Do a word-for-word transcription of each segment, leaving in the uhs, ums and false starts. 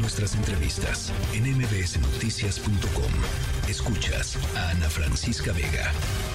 nuestras entrevistas en m b s noticias punto com. Escuchas a Ana Francisca Vega.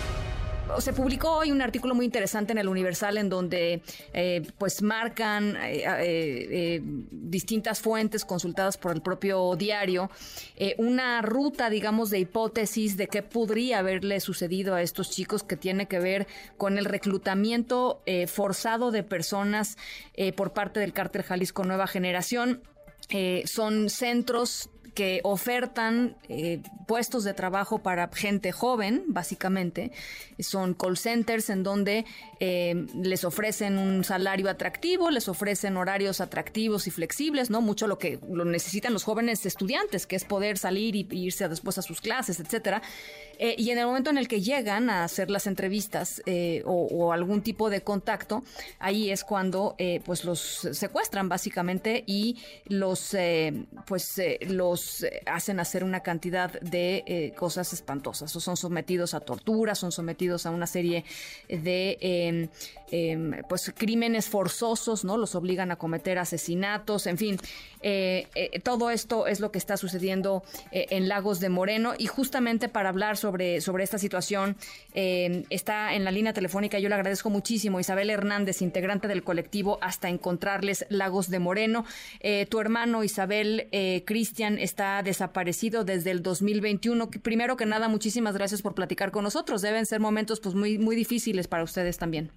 Se publicó hoy un artículo muy interesante en El Universal en donde eh, pues marcan eh, eh, eh, distintas fuentes consultadas por el propio diario eh, una ruta, digamos, de hipótesis de qué podría haberle sucedido a estos chicos, que tiene que ver con el reclutamiento eh, forzado de personas eh, por parte del Cártel Jalisco Nueva Generación. Eh, son centros que ofertan eh, puestos de trabajo para gente joven, básicamente. Son call centers en donde eh, les ofrecen un salario atractivo, les ofrecen horarios atractivos y flexibles, ¿no? Mucho lo que lo necesitan los jóvenes estudiantes, que es poder salir y, y irse después a sus clases, etcétera. Eh, y en el momento en el que llegan a hacer las entrevistas eh, o, o algún tipo de contacto, ahí es cuando eh, pues los secuestran básicamente y los eh, pues eh, los hacen hacer una cantidad de eh, cosas espantosas. O son sometidos a tortura, son sometidos a una serie de eh, eh, pues crímenes forzosos, ¿no? Los obligan a cometer asesinatos, en fin. Eh, eh, todo esto es lo que está sucediendo eh, en Lagos de Moreno, y justamente para hablar sobre, sobre esta situación eh, está en la línea telefónica, yo le agradezco muchísimo, Isabel Hernández, integrante del colectivo Hasta Encontrarles Lagos de Moreno. Eh, tu hermano Isabel, eh, Cristian, está desaparecido desde el dos mil veintiuno. Primero que nada, muchísimas gracias por platicar con nosotros. Deben ser momentos pues muy, muy difíciles para ustedes también.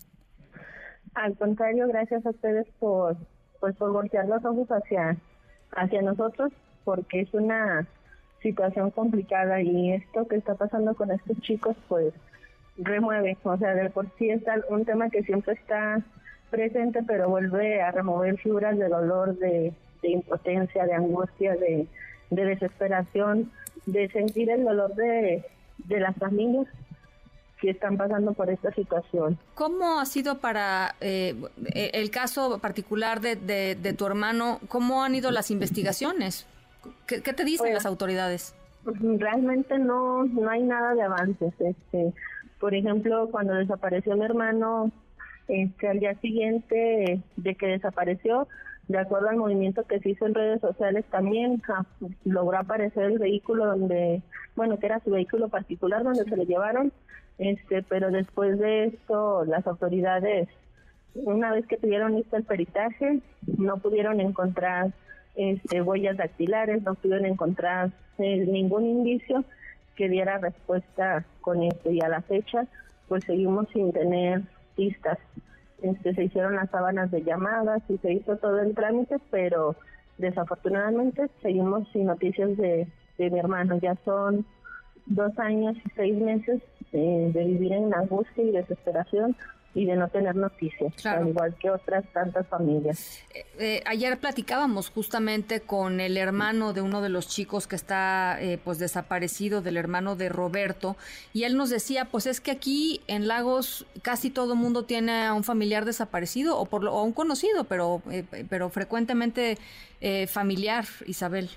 Al contrario, gracias a ustedes por pues por voltear los ojos hacia hacia nosotros, porque es una situación complicada y esto que está pasando con estos chicos pues remueve, o sea, de por sí es un tema que siempre está presente, pero vuelve a remover fibras de dolor, de, de impotencia, de angustia, de, de desesperación, de sentir el dolor de, de las familias que están pasando por esta situación. ¿Cómo ha sido para eh, el caso particular de, de, de tu hermano? ¿Cómo han ido las investigaciones? ¿Qué, qué te dicen pues, las autoridades? Realmente no no hay nada de avances. Este, por ejemplo, cuando desapareció mi hermano, este, al día siguiente de que desapareció, de acuerdo al movimiento que se hizo en redes sociales, también ja, logró aparecer el vehículo donde, bueno, que era su vehículo particular donde se lo llevaron. Este, pero después de esto, las autoridades, una vez que tuvieron listo el peritaje, no pudieron encontrar este, huellas dactilares, no pudieron encontrar eh, ningún indicio que diera respuesta con esto. Y a la fecha, pues seguimos sin tener pistas. Este, se hicieron las sábanas de llamadas y se hizo todo el trámite, pero desafortunadamente seguimos sin noticias de, de mi hermano. Ya son dos años y seis meses eh, de vivir en angustia y desesperación y de no tener noticias, claro, al igual que otras tantas familias. Eh, eh, ayer platicábamos justamente con el hermano de uno de los chicos que está eh, pues desaparecido, del hermano de Roberto, y él nos decía, pues es que aquí en Lagos casi todo mundo tiene a un familiar desaparecido o por lo, o un conocido, pero eh, pero frecuentemente eh, familiar, Isabel.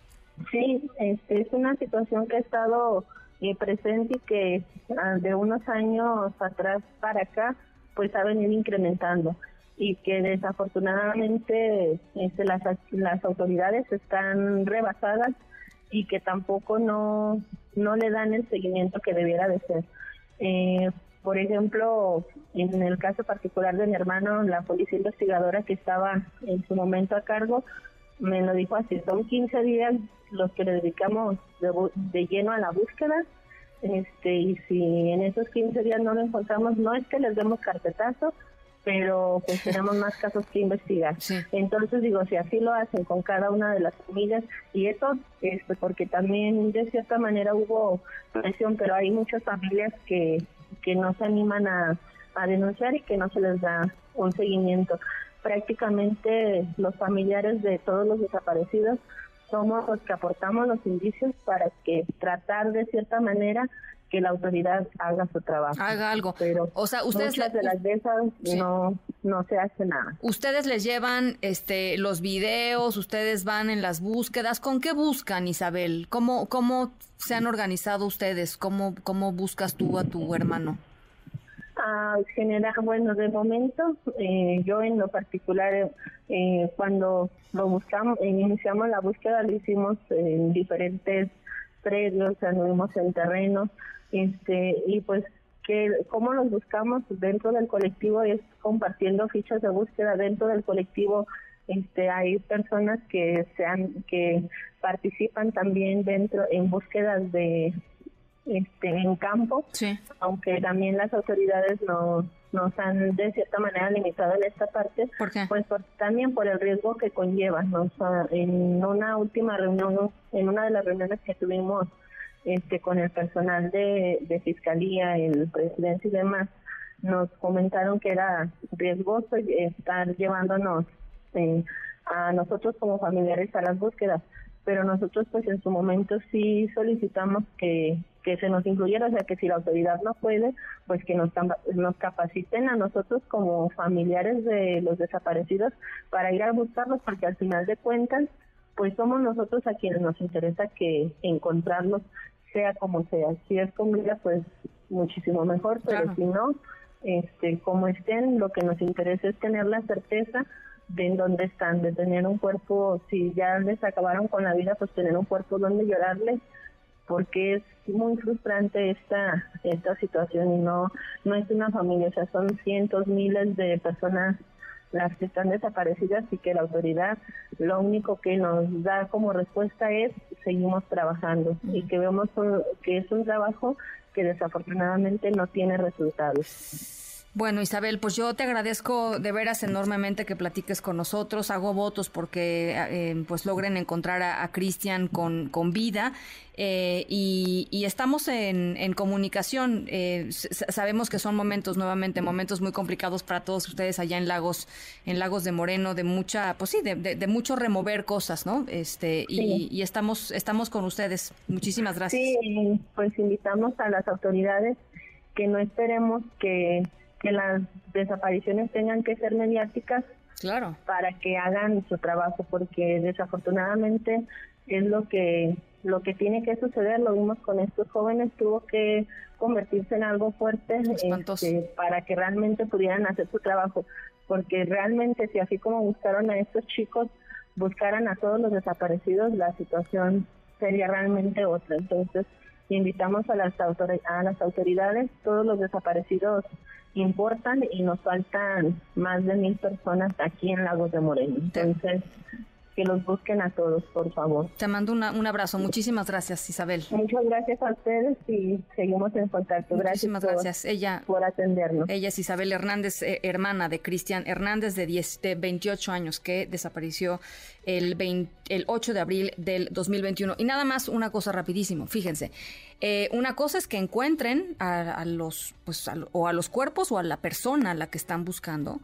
Sí, este, es una situación que ha estado eh, presente y que uh, de unos años atrás para acá pues ha venido incrementando y que desafortunadamente este, las, las autoridades están rebasadas y que tampoco no, no le dan el seguimiento que debiera de ser. Eh, por ejemplo, en el caso particular de mi hermano, la policía investigadora que estaba en su momento a cargo me lo dijo así: son quince días los que le dedicamos de, de lleno a la búsqueda, este y si en esos quince días no lo encontramos, no es que les demos carpetazo, pero pues tenemos más casos que investigar. Sí. Entonces digo, si así lo hacen con cada una de las familias, y eso este, porque también de cierta manera hubo presión, pero hay muchas familias que, que no se animan a, a denunciar y que no se les da un seguimiento. Prácticamente los familiares de todos los desaparecidos somos los que aportamos los indicios para que tratar de cierta manera que la autoridad haga su trabajo. Haga algo. Pero o sea, ustedes muchas de las veces sí. no no se hace nada. Ustedes les llevan este los videos, ustedes van en las búsquedas. ¿Con qué buscan, Isabel? ¿Cómo cómo se han organizado ustedes? ¿Cómo cómo buscas tú a tu hermano? a generar, bueno, de momento, eh, yo en lo particular, eh, cuando lo buscamos, eh, iniciamos la búsqueda, lo hicimos en diferentes predios, anduvimos en terreno, este, y pues, que cómo los buscamos dentro del colectivo es compartiendo fichas de búsqueda dentro del colectivo. Este, hay personas que sean que participan también dentro en búsquedas de este en campo, sí. Aunque también las autoridades nos nos han de cierta manera limitado en esta parte. ¿Por qué? Pues por, también por el riesgo que conlleva, ¿no? O sea, en una última reunión, en una de las reuniones que tuvimos este con el personal de, de fiscalía, el presidente y demás, nos comentaron que era riesgoso estar llevándonos eh, a nosotros como familiares a las búsquedas, pero nosotros pues en su momento sí solicitamos que, que se nos incluyera, o sea que si la autoridad no puede, pues que nos, nos capaciten a nosotros como familiares de los desaparecidos para ir a buscarlos, porque al final de cuentas pues somos nosotros a quienes nos interesa que encontrarlos, sea como sea. Si es con vida, pues muchísimo mejor, pero claro. Si no, este, como estén, lo que nos interesa es tener la certeza de en dónde están, de tener un cuerpo, si ya les acabaron con la vida, pues tener un cuerpo donde llorarles, porque es muy frustrante esta esta situación y no no es una familia, o sea, son cientos, miles de personas las que están desaparecidas y que la autoridad lo único que nos da como respuesta es seguimos trabajando y que vemos que es un trabajo que desafortunadamente no tiene resultados. Bueno, Isabel, pues yo te agradezco de veras enormemente que platiques con nosotros. Hago votos porque eh, pues logren encontrar a, a Cristian con, con vida eh, y, y estamos en, en comunicación. Eh, sabemos que son momentos, nuevamente, momentos muy complicados para todos ustedes allá en Lagos, en Lagos de Moreno, de mucha, pues sí, de, de, de mucho remover cosas, ¿no? Este y, sí. y estamos, estamos con ustedes. Muchísimas gracias. Sí, pues invitamos a las autoridades que no esperemos que que las desapariciones tengan que ser mediáticas, claro, para que hagan su trabajo, porque desafortunadamente es lo que lo que tiene que suceder. Lo vimos con estos jóvenes, tuvo que convertirse en algo fuerte este, para que realmente pudieran hacer su trabajo, porque realmente si así como buscaron a estos chicos, buscaran a todos los desaparecidos, la situación sería realmente otra. Entonces invitamos a las autor- a las autoridades, todos los desaparecidos importan y nos faltan más de mil personas aquí en Lagos de Moreno. Entonces, que los busquen a todos, por favor. Te mando una, un abrazo. Muchísimas gracias, Isabel. Muchas gracias a ustedes y seguimos en contacto. Gracias. Muchísimas gracias. Por, ella, por atendernos. Ella es Isabel Hernández, eh, hermana de Cristian Hernández, de, diez, de veintiocho años, que desapareció el, veinte, el ocho de abril del dos mil veintiuno. Y nada más una cosa rapidísimo, fíjense. Eh, una cosa es que encuentren a, a los, pues, a, o a los cuerpos o a la persona a la que están buscando.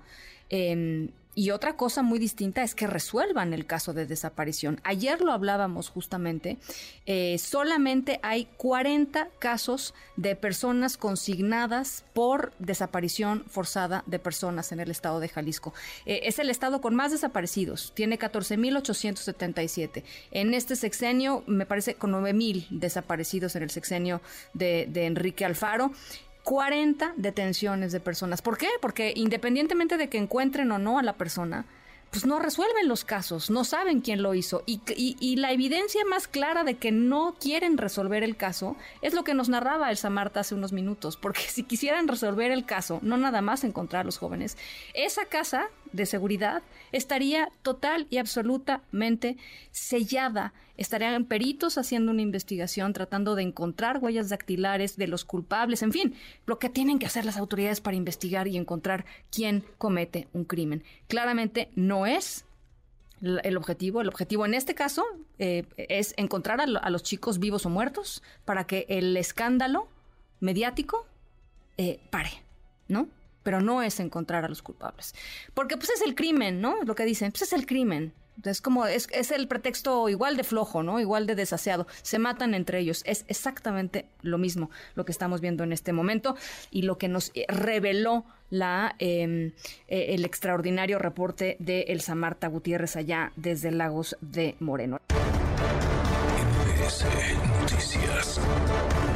Eh, Y otra cosa muy distinta es que resuelvan el caso de desaparición. Ayer lo hablábamos justamente, eh, solamente hay cuarenta casos de personas consignadas por desaparición forzada de personas en el estado de Jalisco. Eh, es el estado con más desaparecidos, tiene catorce mil ochocientos setenta y siete. En este sexenio, me parece, con nueve mil desaparecidos en el sexenio de, de Enrique Alfaro. cuarenta detenciones de personas. ¿Por qué? Porque independientemente de que encuentren o no a la persona, pues no resuelven los casos, no saben quién lo hizo. Y, y, y la evidencia más clara de que no quieren resolver el caso es lo que nos narraba Elsa Marta hace unos minutos. Porque si quisieran resolver el caso, no nada más encontrar a los jóvenes, esa casa de seguridad estaría total y absolutamente sellada. Estarían peritos haciendo una investigación, tratando de encontrar huellas dactilares de los culpables, en fin, lo que tienen que hacer las autoridades para investigar y encontrar quién comete un crimen. Claramente no es el objetivo. El objetivo en este caso eh, es encontrar a, lo, a los chicos vivos o muertos para que el escándalo mediático eh, pare, ¿no? Pero no es encontrar a los culpables. Porque pues es el crimen, ¿no? Lo que dicen, pues es el crimen. Es como, es, es el pretexto igual de flojo, ¿no? Igual de desaseado. Se matan entre ellos. Es exactamente lo mismo lo que estamos viendo en este momento y lo que nos reveló la eh, eh, el extraordinario reporte de Elsa Marta Gutiérrez allá desde Lagos de Moreno. M B S Noticias.